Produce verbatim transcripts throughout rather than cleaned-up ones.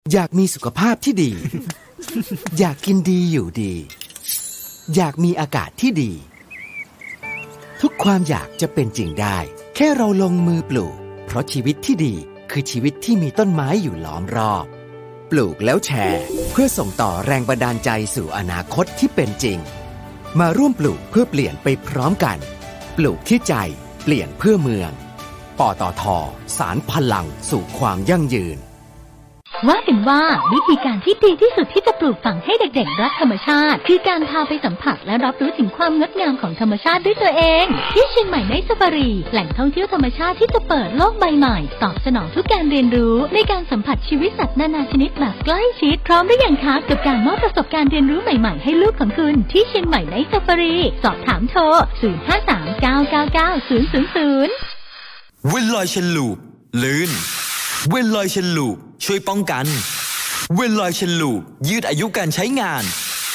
อยากมีสุขภาพที่ดี อยากกินดีอยู่ดีอยากมีอากาศที่ดีทุกความอยากจะเป็นจริงได้แค่เราลงมือปลูกเพราะชีวิตที่ดีคือชีวิตที่มีต้นไม้อยู่ล้อมรอบปลูกแล้วแชร์เพื่อส่งต่อแรงบันดาลใจสู่อนาคตที่เป็นจริงมาร่วมปลูกเพื่อเปลี่ยนไปพร้อมกันปลูกที่ใจเปลี่ยนเพื่อเมืองปตท.สานพลังสู่ความยั่งยืนว่ากันว่าวิธีการที่ดีที่สุดที่จะปลูกฝังให้เด็กๆรักธรรมชาติคือการพาไปสัมผัสและรับรู้ถึงความงดงามของธรรมชาติด้วยตัวเองที่เชียงใหม่ไนท์ซาฟารีแหล่งท่องเที่ยวธรรมชาติที่จะเปิดโลกใบใหม่ตอบสนองทุกการเรียนรู้ในการสัมผัสชีวิตสัตว์นานาชนิดแบบใกล้ชิดพร้อมหรือยังคะกับการมอบประสบการณ์เรียนรู้ใหม่ๆให้ลูกของคุณที่เชียงใหม่ไนท์ซาฟารีสอบถามโทรศูนย์ ห้า สาม เก้า เก้า เก้า ศูนย์ ศูนย์ ศูนย์เวลลอยเชนลูปลื่นเวลลอยเชนลูปช่วยป้องกันเวลลอยเชนลูปยืดอายุการใช้งาน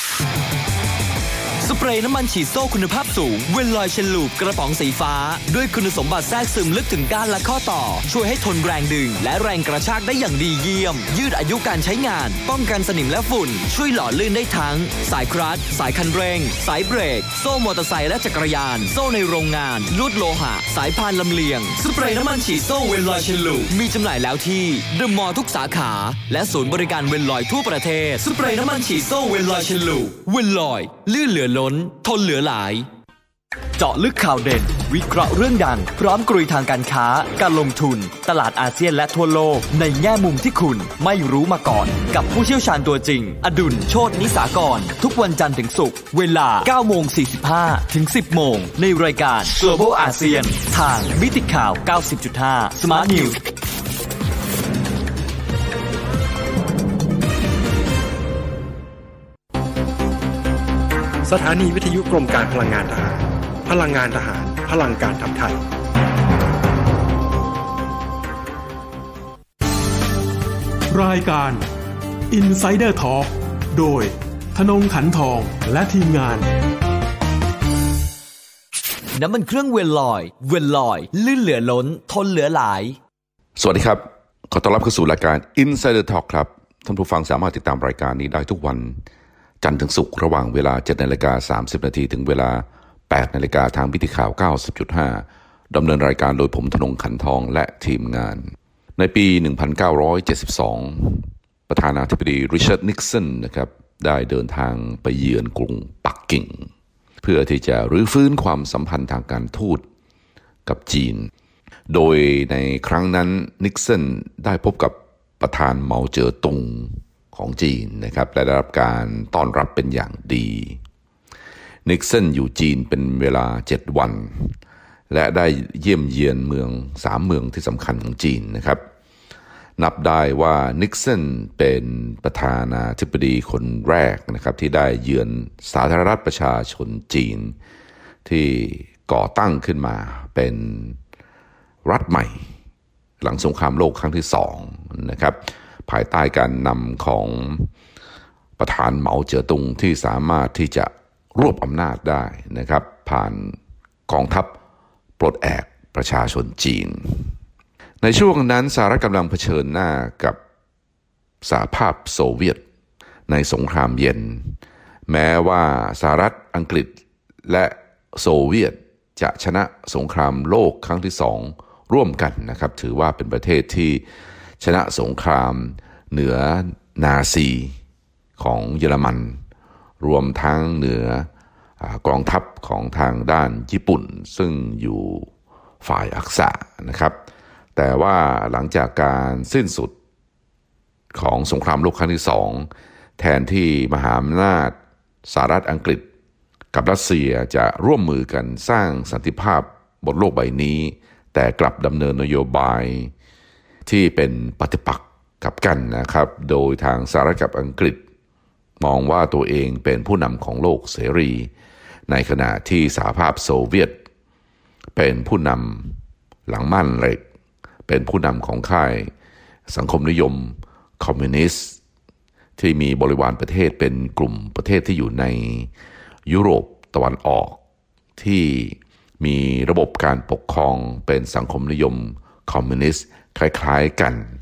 สเปรย์น้ำมันฉีดโซ่คุณภาพสูงเวลลอยเชนลูปกระป๋องสีฟ้าด้วยคุณสมบัติแทรกซึมลึกถึงก้านและข้อต่อช่วยให้ทนแรงดึงและแรงกระชากได้อย่างดีเยี่ยมยืดอายุการใช้งานป้องกันสนิมและฝุ่นช่วยหล่อลื่นได้ทั้งสายคลัตช์สายคันเร่งสายเบรกโซ่มอเตอร์ไซค์และจักรยานโซ่ในโรงงานลวดโลหะสายพานลำเลียงสเปรย์น้ำมันฉีดโซ่เวลลอยเชนลูปมีจำหน่ายแล้วที่เดอะมอลล์ทุกสาขาและศูนย์บริการเวลลอยทั่วประเทศสเปรย์น้ำมันฉีดโซ่เวลลอยเชนลูปเวลลอยลื่นเหลือล้นทนเหลือหลายเจาะลึกข่าวเด่นวิเคราะห์เรื่องดังพร้อมกรุยทางการค้าการลงทุนตลาดอาเซียนและทั่วโลกในแง่มุมที่คุณไม่รู้มาก่อนกับผู้เชี่ยวชาญตัวจริงอดุลโชตินิสากรทุกวันจันทร์ถึงศุกร์เวลา เก้าโมงสี่สิบห้า ถึง สิบโมงในรายการ Global อาเซียนทางมิติข่าว เก้าสิบจุดห้า Smart News สถานีวิทยุกรมการพลังงานทหารพลังงานทหารพลังการทำไทยรายการ Insider Talk โดยธนงขันทองและทีมงานน้ำมันเครื่องเวลลอยเวลลอยลื่นเหลือล้นทนเหลือหลายสวัสดีครับขอต้อนรับเข้าสู่รายการ Insider Talk ครับท่านผู้ฟังสามารถติดตามรายการนี้ได้ทุกวันจันทร์ถึงศุกร์ระหว่างเวลา เจ็ดนาฬิกาสามสิบนาทีถึงเวลา แปดนาฬิกาทางวิทยุข่าว เก้าสิบจุดห้า ดำเนินรายการโดยผมธนงขันทองและทีมงานในปี หนึ่งพันเก้าร้อยเจ็ดสิบสอง ประธานาธิบดีริชาร์ดนิกสันนะครับได้เดินทางไปเยือนกรุงปักกิ่งเพื่อที่จะรื้อฟื้นความสัมพันธ์ทางการทูตกับจีนโดยในครั้งนั้นนิกสันได้พบกับประธานเหมาเจ๋อตุงของจีนนะครับและได้รับการต้อนรับเป็นอย่างดีนิกสันอยู่จีนเป็นเวลาเจ็ดวันและได้เยี่ยมเยียนเมืองสามเมืองที่สำคัญของจีนนะครับนับได้ว่านิกสันเป็นประธานาธิบดีคนแรกนะครับที่ได้เยือนสาธารณรัฐประชาชนจีนที่ก่อตั้งขึ้นมาเป็นรัฐใหม่หลังสงครามโลกครั้งที่สองนะครับภายใต้การนำของประธานเหมาเจ๋อตุงที่สามารถที่จะรวบอำนาจได้นะครับผ่านกองทัพปลดแอกประชาชนจีนในช่วงนั้นสหรัฐกำลังเผชิญหน้ากับสหภาพโซเวียตในสงครามเย็นแม้ว่าสหรัฐอังกฤษและโซเวียตจะชนะสงครามโลกครั้งที่สองร่วมกันนะครับถือว่าเป็นประเทศที่ชนะสงครามเหนือนาซีของเยอรมันรวมทั้งเหนือกองทัพของทางด้านญี่ปุ่นซึ่งอยู่ฝ่ายอักษะนะครับแต่ว่าหลังจากการสิ้นสุดของสงครามโลกครั้งที่สองแทนที่มหาอำนาจสหรัฐอังกฤษกับรัสเซียจะร่วมมือกันสร้างสันติภาพบนโลกใบนี้แต่กลับดำเนินนโยบายที่เป็นปฏิปักษ์กับกันนะครับโดยทางสหรัฐกับอังกฤษมองว่าตัวเองเป็นผู้นำของโลกเสรีในขณะที่สหภาพโซเวียตเป็นผู้นำหลังม่านเหล็กเป็นผู้นำของค่ายสังคมนิยมคอมมิวนิสต์ที่มีบริวารประเทศเป็นกลุ่มประเทศที่อยู่ในยุโรปตะวันออกที่มีระบบการปกครองเป็นสังคมนิยมคอมมิวนิสต์คล้ายๆกัน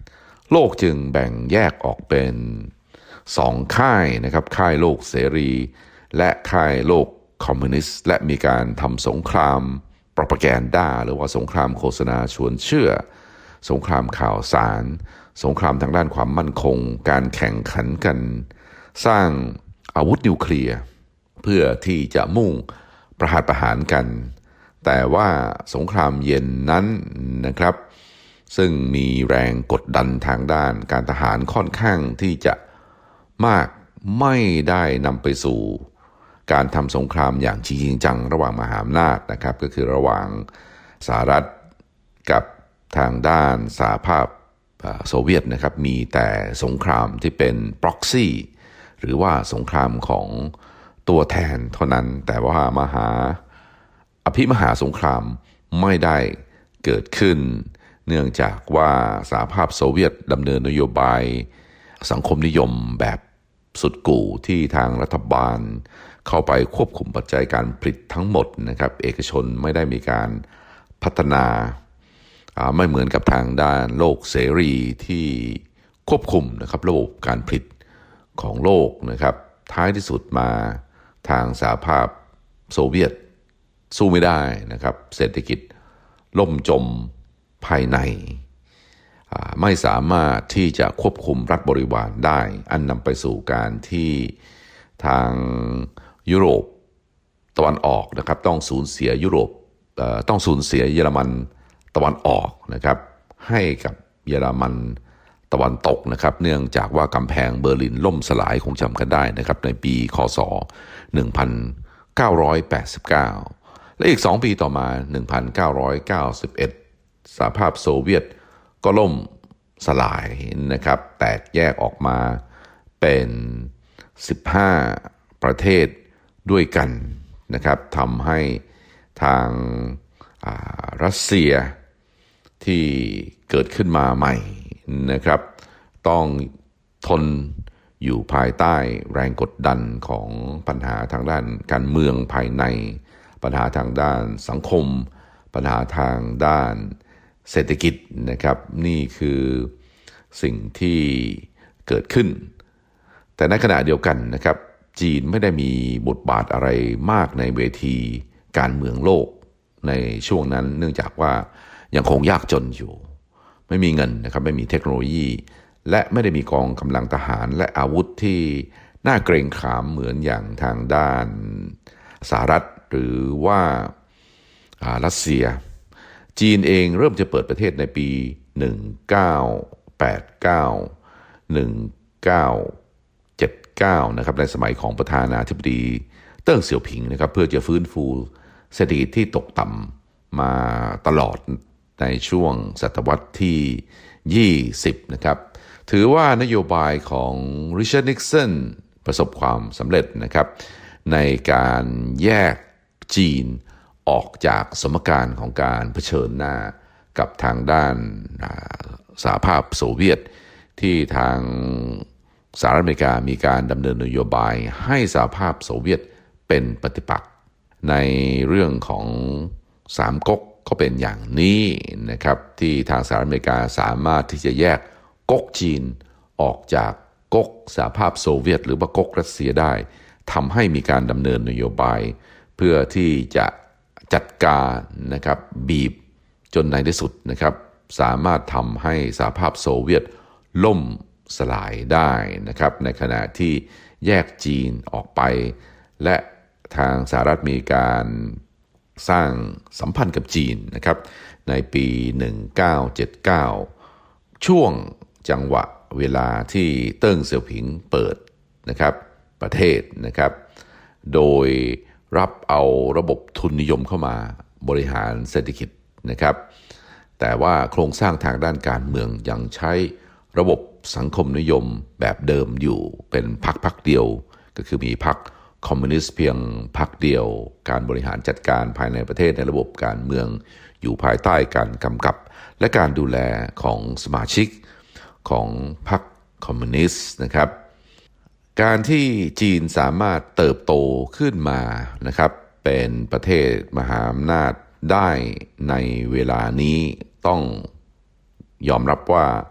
โลกจึงแบ่งแยกออกเป็นสองค่ายนะครับค่ายโลกเสรีและค่ายโลกคอมมิวนิสต์และมีการทำสงครามโปรพาแกนดาหรือว่าสงครามโฆษณาชวนเชื่อสงครามข่าวสารสงครามทางด้านความมั่นคงการแข่งขันกันสร้างอาวุธนิวเคลียร์เพื่อที่จะมุ่งประหัตประหารกันแต่ว่าสงครามเย็นนั้นนะครับซึ่งมีแรงกดดันทางด้านการทหารค่อนข้างที่จะมากไม่ได้นำไปสู่การทำสงครามอย่างจริงจังระหว่างมหาอำนาจนะครับก็คือระหว่างสหรัฐกับทางด้านสหภาพโซเวียตนะครับมีแต่สงครามที่เป็น proxy หรือว่าสงครามของตัวแทนเท่านั้นแต่ว่ามหาอภิมหาสงครามไม่ได้เกิดขึ้นเนื่องจากว่าสหภาพโซเวียตดำเนินนโยบายสังคมนิยมแบบสุดกู่ที่ทางรัฐบาลเข้าไปควบคุมปัจจัยการผลิตทั้งหมดนะครับเอกชนไม่ได้มีการพัฒนาไม่เหมือนกับทางด้านโลกเสรีที่ควบคุมนะครับระบบการผลิตของโลกนะครับท้ายที่สุดมาทางสหภาพโซเวียตสู้ไม่ได้นะครับเศรษฐกิจล่มจมภายในไม่สามารถที่จะควบคุมรัฐบริวารได้อันนำไปสู่การที่ทางยุโรปตะวันออกนะครับต้องสูญเสียยุโรปต้องสูญเสียเยอรมันตะวันออกนะครับให้กับเยอรมันตะวันตกนะครับเนื่องจากว่ากำแพงเบอร์ลินล่มสลายคงจำกันได้นะครับในปีค.ศ.หนึ่งพันเก้าร้อยแปดสิบเก้าและอีกสองปีต่อมาหนึ่งพันเก้าร้อยเก้าสิบเอ็ดสหภาพโซเวียตก็ล่มสลายนะครับแตกแยกออกมาเป็นสิบห้าประเทศด้วยกันนะครับทำให้ทางรัสเซียที่เกิดขึ้นมาใหม่นะครับต้องทนอยู่ภายใต้แรงกดดันของปัญหาทางด้านการเมืองภายในปัญหาทางด้านสังคมปัญหาทางด้านเศรษฐกิจนะครับนี่คือสิ่งที่เกิดขึ้นแต่ในขณะเดียวกันนะครับจีนไม่ได้มีบทบาทอะไรมากในเวทีการเมืองโลกในช่วงนั้นเนื่องจากว่ายังคงยากจนอยู่ไม่มีเงินนะครับไม่มีเทคโนโลยีและไม่ได้มีกองกำลังทหารและอาวุธที่น่าเกรงขามเหมือนอย่างทางด้านสหรัฐหรือว่ารัสเซียจีนเองเริ่มจะเปิดประเทศในปีหนึ่งพันเก้าร้อยแปดสิบเก้า หนึ่งพันเก้าร้อยเจ็ดสิบเก้านะครับในสมัยของประธานาธิบดีเติ้งเสี่ยวผิงนะครับเพื่อจะฟื้นฟูเศรษฐกิจที่ตกต่ำมาตลอดในช่วงศตวรรษที่ยี่สิบนะครับถือว่านโยบายของริชาร์ดนิกสันประสบความสำเร็จนะครับในการแยกจีนออกจากสมการของการเผชิญหน้ากับทางด้านสหภาพโซเวียตที่ทางสหรัฐอเมริกามีการดำเนินนโยบายให้สหภาพโซเวียตเป็นปฏิปักษ์ในเรื่องของสามก๊กก็เป็นอย่างนี้นะครับที่ทางสหรัฐอเมริกาสามารถที่จะแยกก๊กจีนออกจากก๊กสหภาพโซเวียตหรือว่าก๊กรัสเซียได้ทำให้มีการดำเนินนโยบายเพื่อที่จะจัดการนะครับบีบจนในที่สุดนะครับสามารถทำให้สหภาพโซเวียตล่มสลายได้นะครับในขณะที่แยกจีนออกไปและทางสหรัฐมีการสร้างสัมพันธ์กับจีนนะครับในปีหนึ่งพันเก้าร้อยเจ็ดสิบเก้าช่วงจังหวะเวลาที่เติ้งเสี่ยวผิงเปิดนะครับประเทศนะครับโดยรับเอาระบบทุนนิยมเข้ามาบริหารเศรษฐกิจนะครับแต่ว่าโครงสร้างทางด้านการเมืองยังใช้ระบบสังคมนิยมแบบเดิมอยู่เป็นพรรคพรรคเดียวก็คือมีพรรคคอมมิวนิสต์เพียงพรรคเดียวการบริหารจัดการภายในประเทศในระบบการเมืองอยู่ภายใต้การกำกับและการดูแลของสมาชิกของพรรคคอมมิวนิสต์นะครับการที่จีนสามารถเติบโตขึ้นมานะครับเป็นประเทศมหาอำนาจได้ในเวลานี้ต้องยอมรับว่า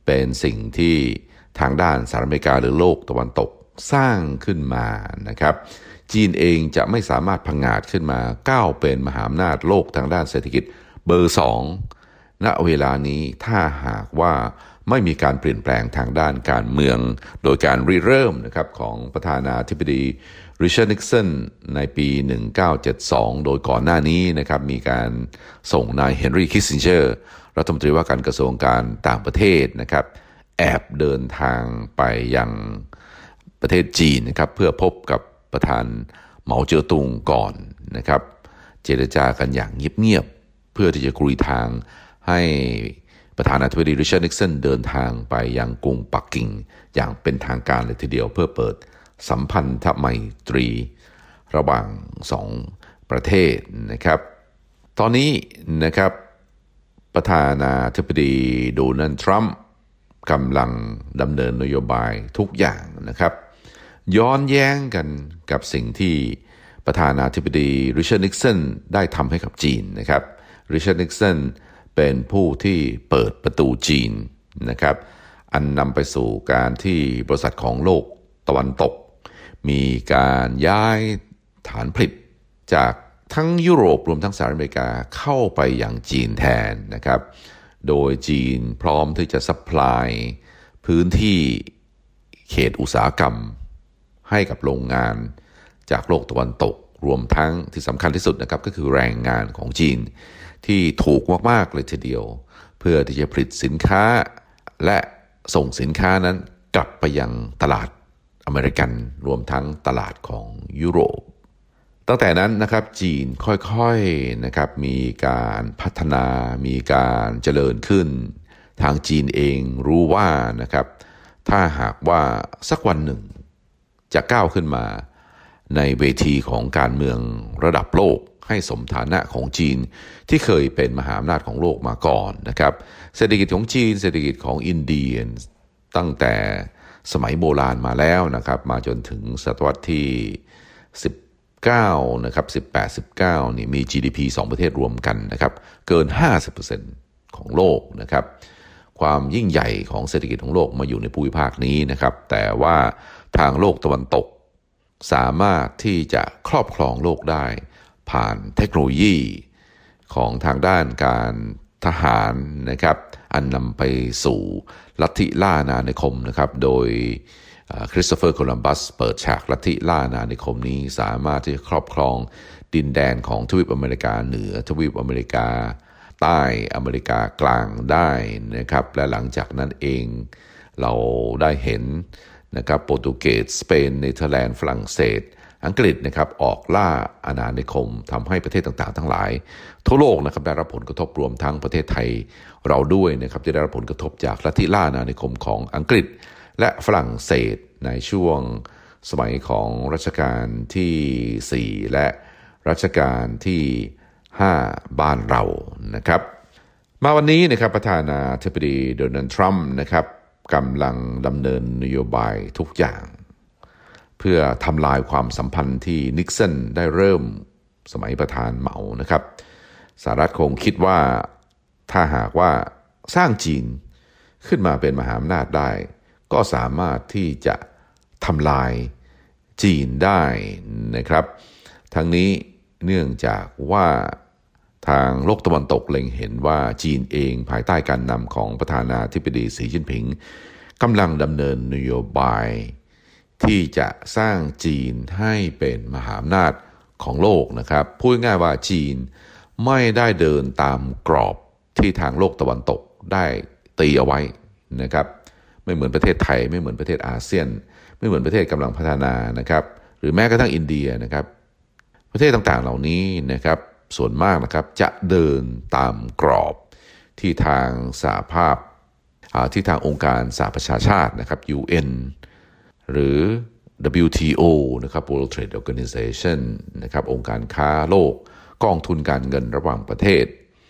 เป็นสิ่งที่ทางด้านสหรัฐอเมริกาหรือโลกตะวันตกสร้างขึ้นมานะครับจีนเองจะไม่สามารถผงาดขึ้นมาก้าวเป็นมหาอำนาจโลกทางด้านเศรษฐกิจเบอร์สองณเวลานี้ถ้าหากว่าไม่มีการเปลี่ยนแปลงทางด้านการเมืองโดยการริเริ่มนะครับของประธานาธิบดีริชาร์ดนิกสันในปีหนึ่งพันเก้าร้อยเจ็ดสิบสองโดยก่อนหน้านี้นะครับมีการส่งนายเฮนรี่คิสซินเจอร์รัฐมนตรีว่าการกระทรวงการต่างประเทศนะครับแอบเดินทางไปยังประเทศจีนนะครับเพื่อพบกับประธานเหมาเจ๋อตุงก่อนนะครับเจรจากันอย่างเงียบๆเพื่อที่จะกรุยทางให้ประธานาธิบดีริชาร์ดนิกสันเดินทางไปยังกรุงปักกิ่งอย่างเป็นทางการเลยทีเดียวเพื่อเปิดสัมพันธไมตรีระหว่างสองประเทศนะครับตอนนี้นะครับประธานาธิบดีโดนัลด์ทรัมป์กำลังดำเนินนโยบายทุกอย่างนะครับย้อนแย้งกันกับสิ่งที่ประธานาธิบดีริชาร์ดนิกสันได้ทำให้กับจีนนะครับริชาร์ดนิกสันเป็นผู้ที่เปิดประตูจีนนะครับอันนำไปสู่การที่บริษัทของโลกตะวันตกมีการย้ายฐานผลิตจากทั้งยุโรปรวมทั้งสหรัฐอเมริกาเข้าไปอย่างจีนแทนนะครับโดยจีนพร้อมที่จะซัพพลายพื้นที่เขตอุตสาหกรรมให้กับโรงงานจากโลกตะวันตกรวมทั้งที่สำคัญที่สุดนะครับก็คือแรงงานของจีนที่ถูกมากๆเลยทีเดียวเพื่อที่จะผลิตสินค้าและส่งสินค้านั้นกลับไปยังตลาดอเมริกันรวมทั้งตลาดของยุโรปตั้งแต่นั้นนะครับจีนค่อยๆนะครับมีการพัฒนามีการเจริญขึ้นทางจีนเองรู้ว่านะครับถ้าหากว่าสักวันหนึ่งจะก้าวขึ้นมาในเวทีของการเมืองระดับโลกให้สมฐานะของจีนที่เคยเป็นมหาอำนาจของโลกมาก่อนนะครับเศรษฐกิจของจีนเศรษฐกิจของอินเดียตั้งแต่สมัยโบราณมาแล้วนะครับมาจนถึงศตวรรษที่สิบเก้านะครับสิบแปด สิบเก้านี่มี จี ดี พี สองประเทศรวมกันนะครับเกิน ห้าสิบเปอร์เซ็นต์ ของโลกนะครับความยิ่งใหญ่ของเศรษฐกิจของโลกมาอยู่ในภูมิภาคนี้นะครับแต่ว่าทางโลกตะวันตกสามารถที่จะครอบครองโลกได้ผ่านเทคโนโลยีของทางด้านการทหารนะครับอันนำไปสู่ลัทธิล่าอาณานิคมนะครับโดยคริสโตเฟอร์โคลัมบัสเปิดฉากลัทธิล่าอาณานิคมนี้สามารถที่จะครอบครองดินแดนของทวีปอเมริกาเหนือทวีปอเมริกาใต้อเมริกากลางได้นะครับและหลังจากนั้นเองเราได้เห็นนะครับโปรตุเกสสเปนเนเธอร์แลนด์ฝรั่งเศสอังกฤษนะครับออกล่าอาณานิคมทำให้ประเทศต่างๆทั้งหลายทั่วโลกนะครับได้รับผลกระทบรวมทั้งประเทศไทยเราด้วยนะครับที่ได้รับผลกระทบจากลัทธิล่าอาณานิคมของอังกฤษและฝรั่งเศสในช่วงสมัยของรัชกาลที่สี่และรัชกาลที่ห้าบ้านเรานะครับมาวันนี้นะครับประธานาธิบดีโดนัลด์ทรัมป์นะครับกำลังดำเนินนโยบายทุกอย่างเพื่อทำลายความสัมพันธ์ที่นิกสันได้เริ่มสมัยประธานเหมานะครับสหรัฐคงคิดว่าถ้าหากว่าสร้างจีนขึ้นมาเป็นมหาอำนาจได้ก็สามารถที่จะทำลายจีนได้นะครับทั้งนี้เนื่องจากว่าทางโลกตะวันตกเล็งเห็นว่าจีนเองภายใต้การนำของประธานาธิบดีสีจิ้นผิงกำลังดำเนินนโยบายที่จะสร้างจีนให้เป็นมหาอำนาจของโลกนะครับพูดง่ายว่าจีนไม่ได้เดินตามกรอบที่ทางโลกตะวันตกได้ตีเอาไว้นะครับไม่เหมือนประเทศไทยไม่เหมือนประเทศอาเซียนไม่เหมือนประเทศกำลังพัฒนานะครับหรือแม้กระทั่งอินเดียนะครับประเทศต่างๆเหล่านี้นะครับส่วนมากนะครับจะเดินตามกรอบที่ทางสหภาพที่ทางองค์การสหประชาชาตินะครับ ยู เอ็น หรือ ดับเบิลยู ที โอ นะครับ World Trade Organization นะครับองค์การค้าโลกกองทุนการเงินระหว่างประเทศ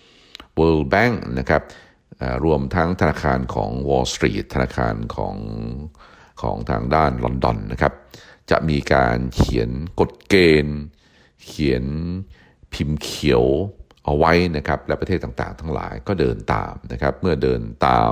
World Bank นะครับรวมทั้งธนาคารของ Wall Street ธนาคารของของทางด้านลอนดอนนะครับจะมีการเขียนกฎเกณฑ์เขียนพิมพ์เขียวเอาไว้นะครับและประเทศต่างๆทั้งหลายก็เดินตามนะครับเมื่อเดินตาม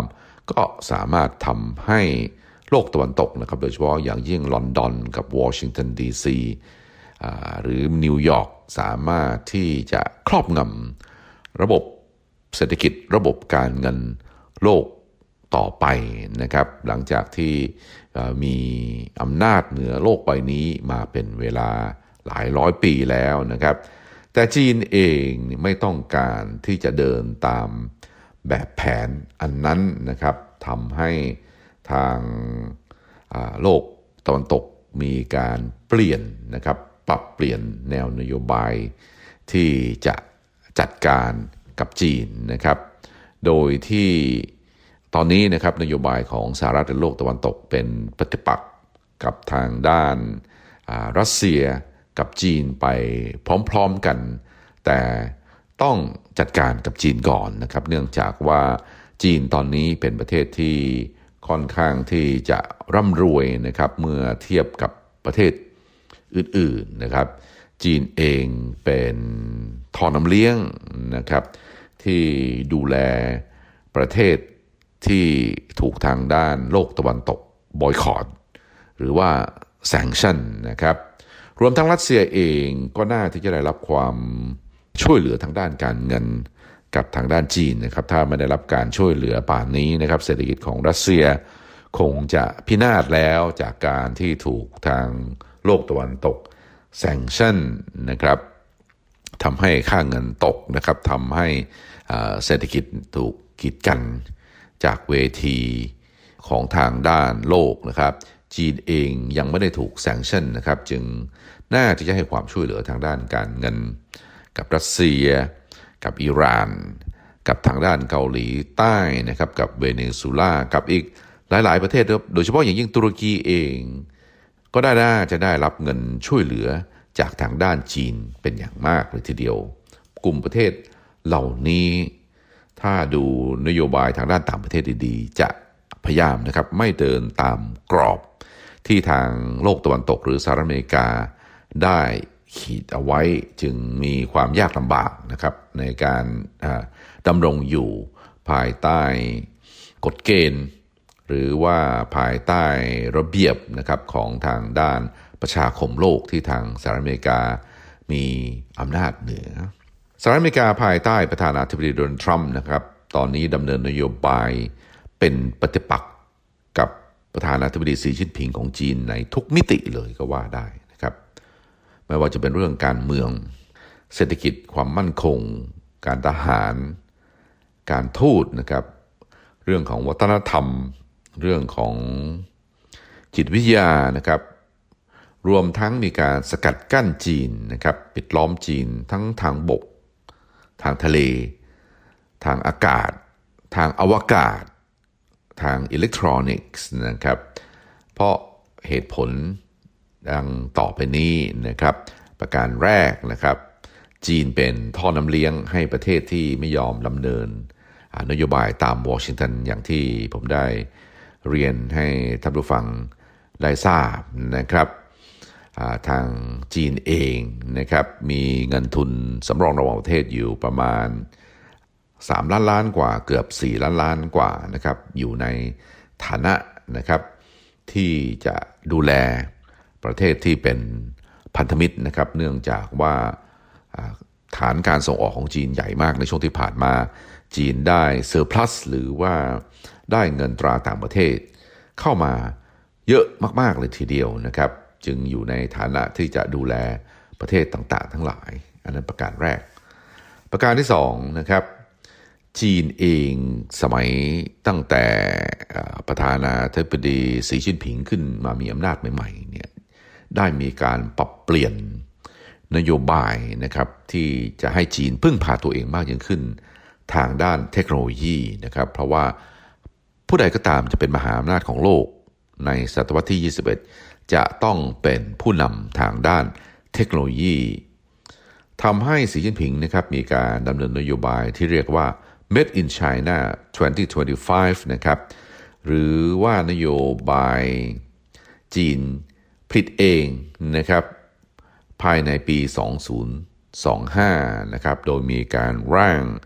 ก็สามารถทำให้โลกตะวันตกนะครับโดยเฉพาะอย่างยิ่งลอนดอนกับวอชิงตันดีซีหรือนิวยอร์กสามารถที่จะครอบงำระบบเศรษฐกิจระบบการเงินโลกต่อไปนะครับหลังจากที่มีอำนาจเหนือโลกใบนี้มาเป็นเวลาหลายร้อยปีแล้วนะครับแต่จีนเองไม่ต้องการที่จะเดินตามแบบแผนอันนั้นนะครับทำให้ทางโลกตะวันตกมีการเปลี่ยนนะครับปรับเปลี่ยนแนวนโยบายที่จะจัดการกับจีนนะครับโดยที่ตอนนี้นะครับนโยบายของสหรัฐและโลกตะวันตกเป็นปฏิปักษ์กับทางด้านรัสเซียกับจีนไปพร้อมๆกันแต่ต้องจัดการกับจีนก่อนนะครับเนื่องจากว่าจีนตอนนี้เป็นประเทศที่ค่อนข้างที่จะร่ำรวยนะครับเมื่อเทียบกับประเทศอื่นๆนะครับจีนเองเป็นท่อน้ำเลี้ยงนะครับที่ดูแลประเทศที่ถูกทางด้านโลกตะวันตกบอยคอตหรือว่าแซงชั่นนะครับรวมทั้งรัสเซียเองก็น่าที่จะได้รับความช่วยเหลือทางด้านการเงินกับทางด้านจีนนะครับถ้าไม่ได้รับการช่วยเหลือป่านนี้นะครับเศรษฐกิจของรัสเซียคงจะพินาศแล้วจากการที่ถูกทางโลกตะวันตกแซงชั่นนะครับทำให้ค่าเงินตกนะครับทำให้เศรษฐกิจถูกกีดกันจากเวทีของทางด้านโลกนะครับจีนเองยังไม่ได้ถูกแซงชั่นนะครับจึงน่าที่จะให้ความช่วยเหลือทางด้านการเงินกับรัสเซียกับอิหร่านกับทางด้านเกาหลีใต้นะครับกับเวเนซุเอลากับอีกหลายๆประเทศโดยเฉพาะอย่างยิ่งตุรกีเองก็ได้น่าจะได้รับเงินช่วยเหลือจากทางด้านจีนเป็นอย่างมากเลยทีเดียวกลุ่มประเทศเหล่านี้ถ้าดูนโยบายทางด้านต่างประเทศดีๆจะพยายามนะครับไม่เดินตามกรอบที่ทางโลกตะวันตกหรือสหรัฐอเมริกาได้ขีดเอาไว้จึงมีความยากลำบากนะครับในการดำรงอยู่ภายใต้กฎเกณฑ์หรือว่าภายใต้ระเบียบนะครับของทางด้านประชาคมโลกที่ทางสหรัฐอเมริกามีอำนาจเหนือสหรัฐอเมริกาภายใต้ประธานาธิบดีโดนัลด์ทรัมป์นะครับตอนนี้ดำเนินนโยบายเป็นปฏิปักษ์กับประธานาธิบดีสีจิ้นผิงของจีนในทุกมิติเลยก็ว่าได้นะครับไม่ว่าจะเป็นเรื่องการเมืองเศรษฐกิจความมั่นคงการทหารการทูตนะครับเรื่องของวัฒนธรรมเรื่องของจิตวิทยานะครับรวมทั้งมีการสกัดกั้นจีนนะครับปิดล้อมจีนทั้งทางบกทางทะเลทางอากาศทางอวกาศทางอิเล็กทรอนิกส์นะครับเพราะเหตุผลดังต่อไปนี้นะครับประการแรกนะครับจีนเป็นท่อน้ำเลี้ยงให้ประเทศที่ไม่ยอมดำเนินนโยบายตามวอชิงตันอย่างที่ผมได้เรียนให้ท่านผู้ฟังได้ทราบนะครับทางจีนเองนะครับมีเงินทุนสำรองระหว่างประเทศอยู่ประมาณสามล้านล้านกว่าเกือบสี่ล้านล้านกว่านะครับอยู่ในฐานะนะครับที่จะดูแลประเทศที่เป็นพันธมิตรนะครับเนื่องจากว่าฐานการส่งออกของจีนใหญ่มากในช่วงที่ผ่านมาจีนได้เซอร์พลัสหรือว่าได้เงินตราต่างประเทศเข้ามาเยอะมากๆเลยทีเดียวนะครับจึงอยู่ในฐานะที่จะดูแลประเทศต่างๆทั้งหลายอันนั้นประการแรกประการที่สองนะครับจีนเองสมัยตั้งแต่ประธานาธิบดีสีจิ้นผิงขึ้นมามีอำนาจใหม่ๆเนี่ยได้มีการปรับเปลี่ยนนโยบายนะครับที่จะให้จีนพึ่งพาตัวเองมากยิ่งขึ้นทางด้านเทคโนโลยีนะครับเพราะว่าผู้ใดก็ตามจะเป็นมหาอำนาจของโลกในศตวรรษที่ยี่สิบเอ็ดจะต้องเป็นผู้นำทางด้านเทคโนโลยีทำให้สีจิ้นผิงนะครับมีการดำเนินนโยบายที่เรียกว่า Made in China สองพันยี่สิบห้านะครับหรือว่านโยบายจีนผลิตเองนะครับภายในปีสองพันยี่สิบห้านะครับโดยมีการร่าง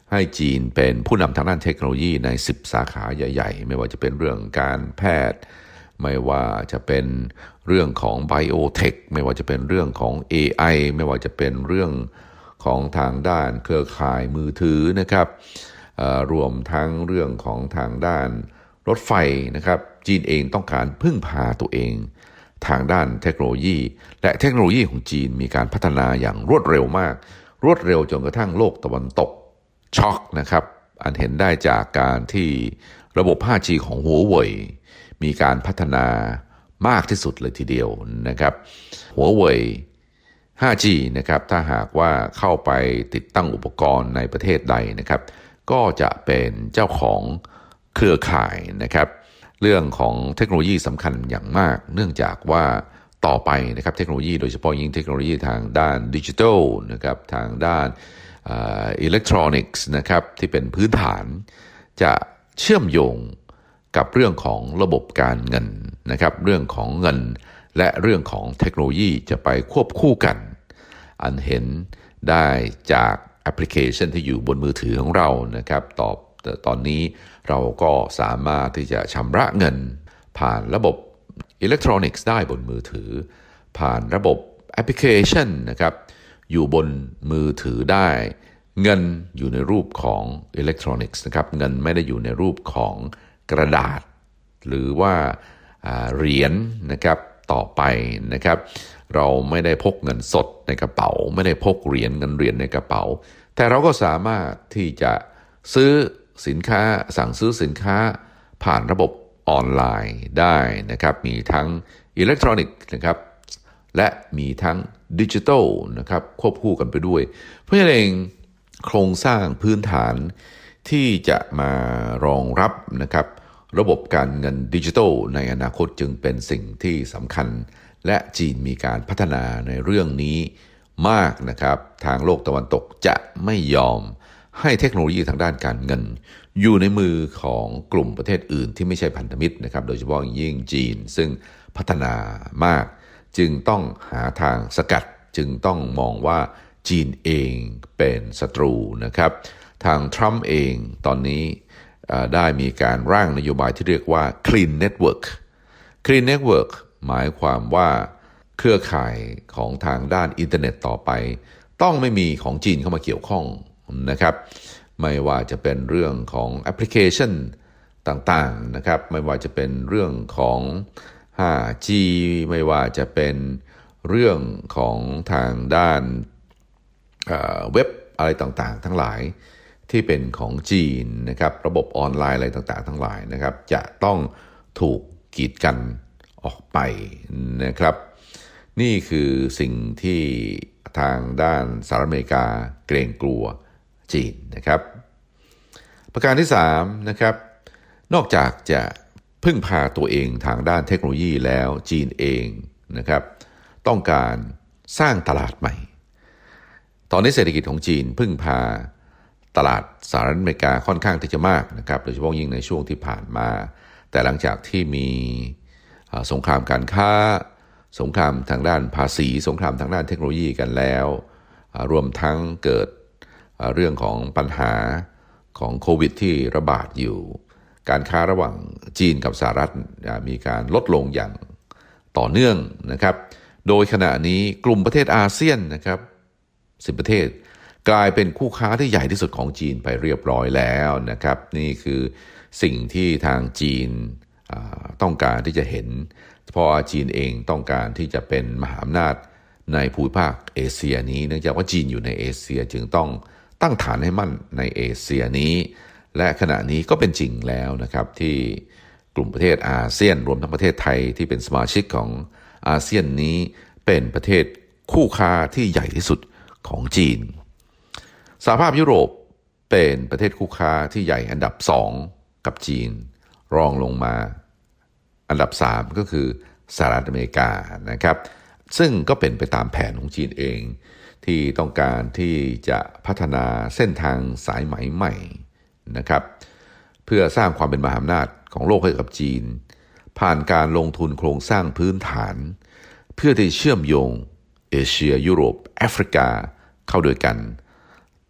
ให้จีนเป็นผู้นำทางด้านเทคโนโลยีในสิบสาขาใหญ่ๆไม่ว่าจะเป็นเรื่องการแพทย์ไม่ว่าจะเป็นเรื่องของไบโอเทคไม่ว่าจะเป็นเรื่องของ เอ ไอ ไม่ว่าจะเป็นเรื่องของทางด้านเครือข่ายมือถือนะครับรวมทั้งเรื่องของทางด้านรถไฟนะครับจีนเองต้องการพึ่งพาตัวเองทางด้านเทคโนโลยีและเทคโนโลยีของจีนมีการพัฒนาอย่างรวดเร็วมากรวดเร็วจนกระทั่งโลกตะวันตกช็อกนะครับอันเห็นได้จากการที่ระบบ ห้าจี ของหัวเว่ยมีการพัฒนามากที่สุดเลยทีเดียวนะครับหัวเว่ย ห้าจี นะครับถ้าหากว่าเข้าไปติดตั้งอุปกรณ์ในประเทศใดนะครับก็จะเป็นเจ้าของเครือข่ายนะครับเรื่องของเทคโนโลยีสำคัญอย่างมากเนื่องจากว่าต่อไปนะครับเทคโนโลยีโดยเฉพาะยิ่งเทคโนโลยีทางด้านดิจิทัลนะครับทางด้านอิเล็กทรอนิกส์นะครับที่เป็นพื้นฐานจะเชื่อมโยงกับเรื่องของระบบการเงินนะครับเรื่องของเงินและเรื่องของเทคโนโลยีจะไปควบคู่กันอันเห็นได้จากแอปพลิเคชันที่อยู่บนมือถือของเรานะครับตอบตอนนี้เราก็สามารถที่จะชำระเงินผ่านระบบอิเล็กทรอนิกส์ได้บนมือถือผ่านระบบแอปพลิเคชันนะครับอยู่บนมือถือได้เงินอยู่ในรูปของอิเล็กทรอนิกส์นะครับเงินไม่ได้อยู่ในรูปของกระดาษหรือว่าเหรียญ นะครับต่อไปนะครับเราไม่ได้พกเงินสดในกระเป๋าไม่ได้พกเหรียญเงินเหรียญในกระเป๋าแต่เราก็สามารถที่จะซื้อสินค้าสั่งซื้อสินค้าผ่านระบบออนไลน์ได้นะครับมีทั้งอิเล็กทรอนิกส์นะครับและมีทั้งดิจิทัลนะครับควบคู่กันไปด้วยเพราะฉะนั้นเองโครงสร้างพื้นฐานที่จะมารองรับนะครับระบบการเงินดิจิทัลในอนาคตจึงเป็นสิ่งที่สำคัญและจีนมีการพัฒนาในเรื่องนี้มากนะครับทางโลกตะวันตกจะไม่ยอมให้เทคโนโลยีทางด้านการเงินอยู่ในมือของกลุ่มประเทศอื่นที่ไม่ใช่พันธมิตรนะครับโดยเฉพาะยิ่งจีนซึ่งพัฒนามากจึงต้องหาทางสกัดจึงต้องมองว่าจีนเองเป็นศัตรูนะครับทางทรัมป์เองตอนนี้ได้มีการร่างนโยบายที่เรียกว่า Clean Network Clean Network หมายความว่าเครือข่ายของทางด้านอินเทอร์เน็ตต่อไปต้องไม่มีของจีนเข้ามาเกี่ยวข้องนะครับไม่ว่าจะเป็นเรื่องของแอปพลิเคชันต่างๆนะครับไม่ว่าจะเป็นเรื่องของ ห้าจี ไม่ว่าจะเป็นเรื่องของทางด้านเอ่อเว็บอะไรต่างๆทั้งหลายที่เป็นของจีนนะครับระบบออนไลน์อะไรต่างๆทั้งหลายนะครับจะต้องถูกกีดกันออกไปนะครับนี่คือสิ่งที่ทางด้านสหรัฐอเมริกาเกรงกลัวจีนนะครับประการที่สามนะครับนอกจากจะพึ่งพาตัวเองทางด้านเทคโนโลยีแล้วจีนเองนะครับต้องการสร้างตลาดใหม่ตอนนี้เศรษฐกิจของจีนพึ่งพาตลาดสหรัฐอเมริกาค่อนข้างที่จะมากนะครับโดยเฉพาะยิ่งในช่วงที่ผ่านมาแต่หลังจากที่มีสงครามการค้าสงครามทางด้านภาษีสงครามทางด้านเทคโนโลยีกันแล้วรวมทั้งเกิดเรื่องของปัญหาของโควิดที่ระบาดอยู่การค้าระหว่างจีนกับสหรัฐมีการลดลงอย่างต่อเนื่องนะครับโดยขณะนี้กลุ่มประเทศอาเซียนนะครับสิบประเทศกลายเป็นคู่ค้าที่ใหญ่ที่สุดของจีนไปเรียบร้อยแล้วนะครับนี่คือสิ่งที่ทางจีนต้องการที่จะเห็นเพราะจีนเองต้องการที่จะเป็นมหาอำนาจในภูมิภาคเอเชียนี้เนื่องจากว่าจีนอยู่ในเอเชียจึงต้องตั้งฐานให้มั่นในเอเชียนี้และขณะนี้ก็เป็นจริงแล้วนะครับที่กลุ่มประเทศอาเซียนรวมทั้งประเทศไทยที่เป็นสมาชิกของอาเซียนนี้เป็นประเทศคู่ค้าที่ใหญ่ที่สุดของจีนสหภาพยุโรปเป็นประเทศคู่ค้าที่ใหญ่อันดับสองกับจีนรองลงมาอันดับสามก็คือสหรัฐอเมริกานะครับซึ่งก็เป็นไปตามแผนของจีนเองที่ต้องการที่จะพัฒนาเส้นทางสายไหมใหม่นะครับเพื่อสร้างความเป็นมหาอำนาจของโลกให้กับจีนผ่านการลงทุนโครงสร้างพื้นฐานเพื่อที่เชื่อมโยงเอเชียยุโรปแอฟริกาเข้าด้วยกัน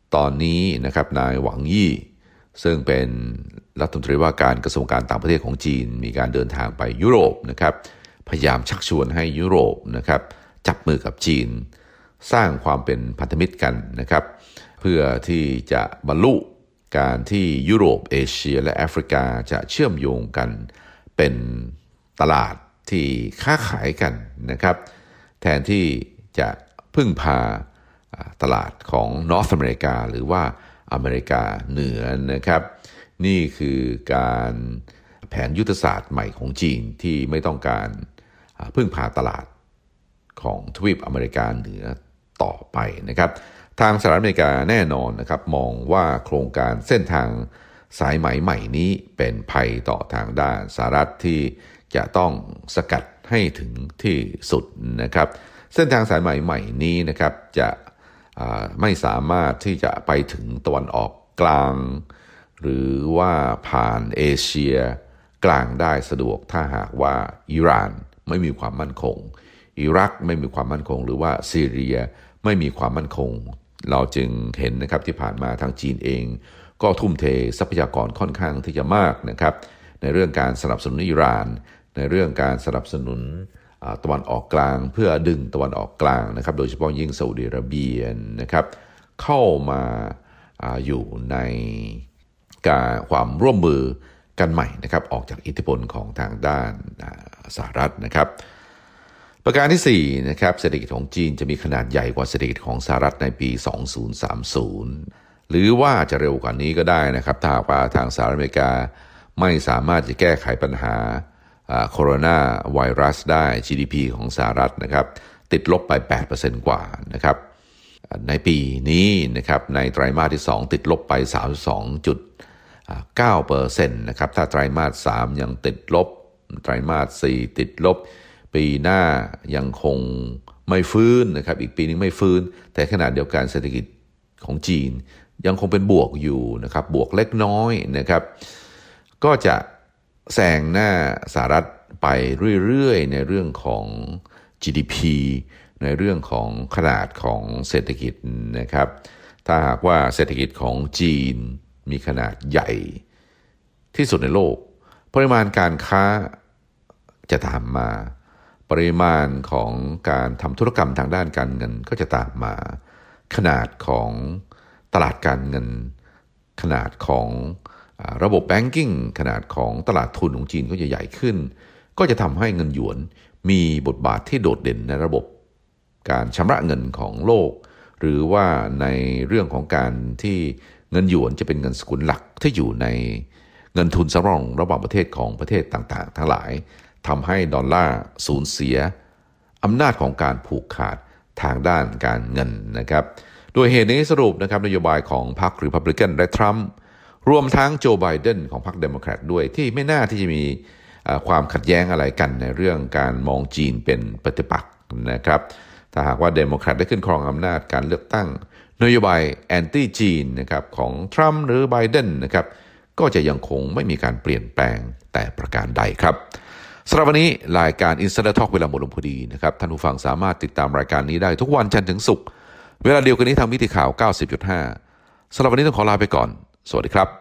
ตอนนี้นะครับนายหวังยี่ซึ่งเป็นรัฐมนตรีว่าการกระทรวงการต่างประเทศของจีนมีการเดินทางไปยุโรปนะครับพยายามชักชวนให้ยุโรปนะครับจับมือกับจีนสร้างความเป็นพันธมิตรกันนะครับเพื่อที่จะบรรลุการที่ยุโรปเอเชียและแอฟริกาจะเชื่อมโยงกันเป็นตลาดที่ค้าขายกันนะครับแทนที่จะพึ่งพาตลาดของนอร์ทอเมริกาหรือว่าอเมริกาเหนือนะครับนี่คือการแผนยุทธศาสตร์ใหม่ของจีนที่ไม่ต้องการพึ่งพาตลาดของทวีปอเมริกาเหนือต่อไปนะครับทางสหรัฐอเมริกาแน่นอนนะครับมองว่าโครงการเส้นทางสายไหมใหม่นี้เป็นภัยต่อทางด้านสหรัฐที่จะต้องสกัดให้ถึงที่สุดนะครับเส้นทางสายไหมใหม่นี้นะครับจะไม่สามารถที่จะไปถึงตะวันออกกลางหรือว่าผ่านเอเชียกลางได้สะดวกถ้าหากว่าอิหร่านไม่มีความมั่นคงอิรักไม่มีความมั่นคงหรือว่าซีเรียไม่มีความมั่นคงเราจึงเห็นนะครับที่ผ่านมาทางจีนเองก็ทุ่มเททรัพยากรค่อนข้างที่จะมากนะครับในเรื่องการสนับสนุนอิหร่านในเรื่องการสนับสนุนตะวันออกกลางเพื่อดึงตะวันออกกลางนะครับโดยเฉพาะยิ่งซาอุดิอาระเบียนะครับเข้ามาอยู่ในการความร่วมมือกันใหม่นะครับออกจากอิทธิพลของทางด้านสหรัฐนะครับประการที่สี่นะครับเศรษฐกิจของจีนจะมีขนาดใหญ่กว่าเศรษฐกิจของสหรัฐในปีสองพันสามสิบหรือว่าจะเร็วกว่านี้ก็ได้นะครับถ้าว่าทางสหรัฐอเมริกาไม่สามารถจะแก้ไขปัญหาโคโรนาไวรัสได้ จี ดี พี ของสหรัฐนะครับติดลบไป แปดเปอร์เซ็นต์ กว่านะครับในปีนี้นะครับในไตรมาสที่สองติดลบไป สามสิบสองจุดเก้าเปอร์เซ็นต์ นะครับถ้าไตรมาสสามยังติดลบไตรมาสสี่ติดลบปีหน้ายังคงไม่ฟื้นนะครับอีกปีนึงไม่ฟื้นแต่ขณะเดียวกันเศรษฐกิจของจีนยังคงเป็นบวกอยู่นะครับบวกเล็กน้อยนะครับก็จะแซงหน้าสหรัฐไปเรื่อยๆในเรื่องของ จี ดี พี ในเรื่องของขนาดของเศรษฐกิจนะครับถ้าหากว่าเศรษฐกิจของจีนมีขนาดใหญ่ที่สุดในโลกปริมาณการค้าจะตามมาปริมาณของการทำธุรกรรมทางด้านการเงินก็จะตามมาขนาดของตลาดการเงินขนาดของระบบแบงกิ้งขนาดของตลาดทุนของจีนก็จะใหญ่ขึ้นก็จะทำให้เงินหยวนมีบทบาทที่โดดเด่นในระบบการชำระเงินของโลกหรือว่าในเรื่องของการที่เงินหยวนจะเป็นเงินสกุลหลักที่อยู่ในเงินทุนสำรองระหว่างประเทศของประเทศต่างๆทั้งหลายทำให้ดอลลาร์สูญเสียอำนาจของการผูกขาดทางด้านการเงินนะครับโดยเหตุนี้สรุปนะครับนโยบายของพรรครีพับลิกันและทรัมป์รวมทั้งโจไบเดนของพรรคเดโมแครตด้วยที่ไม่น่าที่จะมีความขัดแย้งอะไรกันในเรื่องการมองจีนเป็นปฏิปักษ์นะครับถ้าหากว่าเดโมแครตได้ขึ้นครองอำนาจการเลือกตั้งนโยบายแอนตี้จีนนะครับของทรัมป์หรือไบเดนนะครับก็จะยังคงไม่มีการเปลี่ยนแปลงแต่ประการใดครับสำหรับวันนี้รายการ Insider Talk เวลาหมดลงพอดีนะครับท่านผู้ฟังสามารถติดตามรายการนี้ได้ทุกวันจันทร์ถึงศุกร์เวลาเดียวกันนี้ทางมิติข่าว เก้าสิบจุดห้า สำหรับวันนี้ต้องขอลาไปก่อนสวัสดีครับ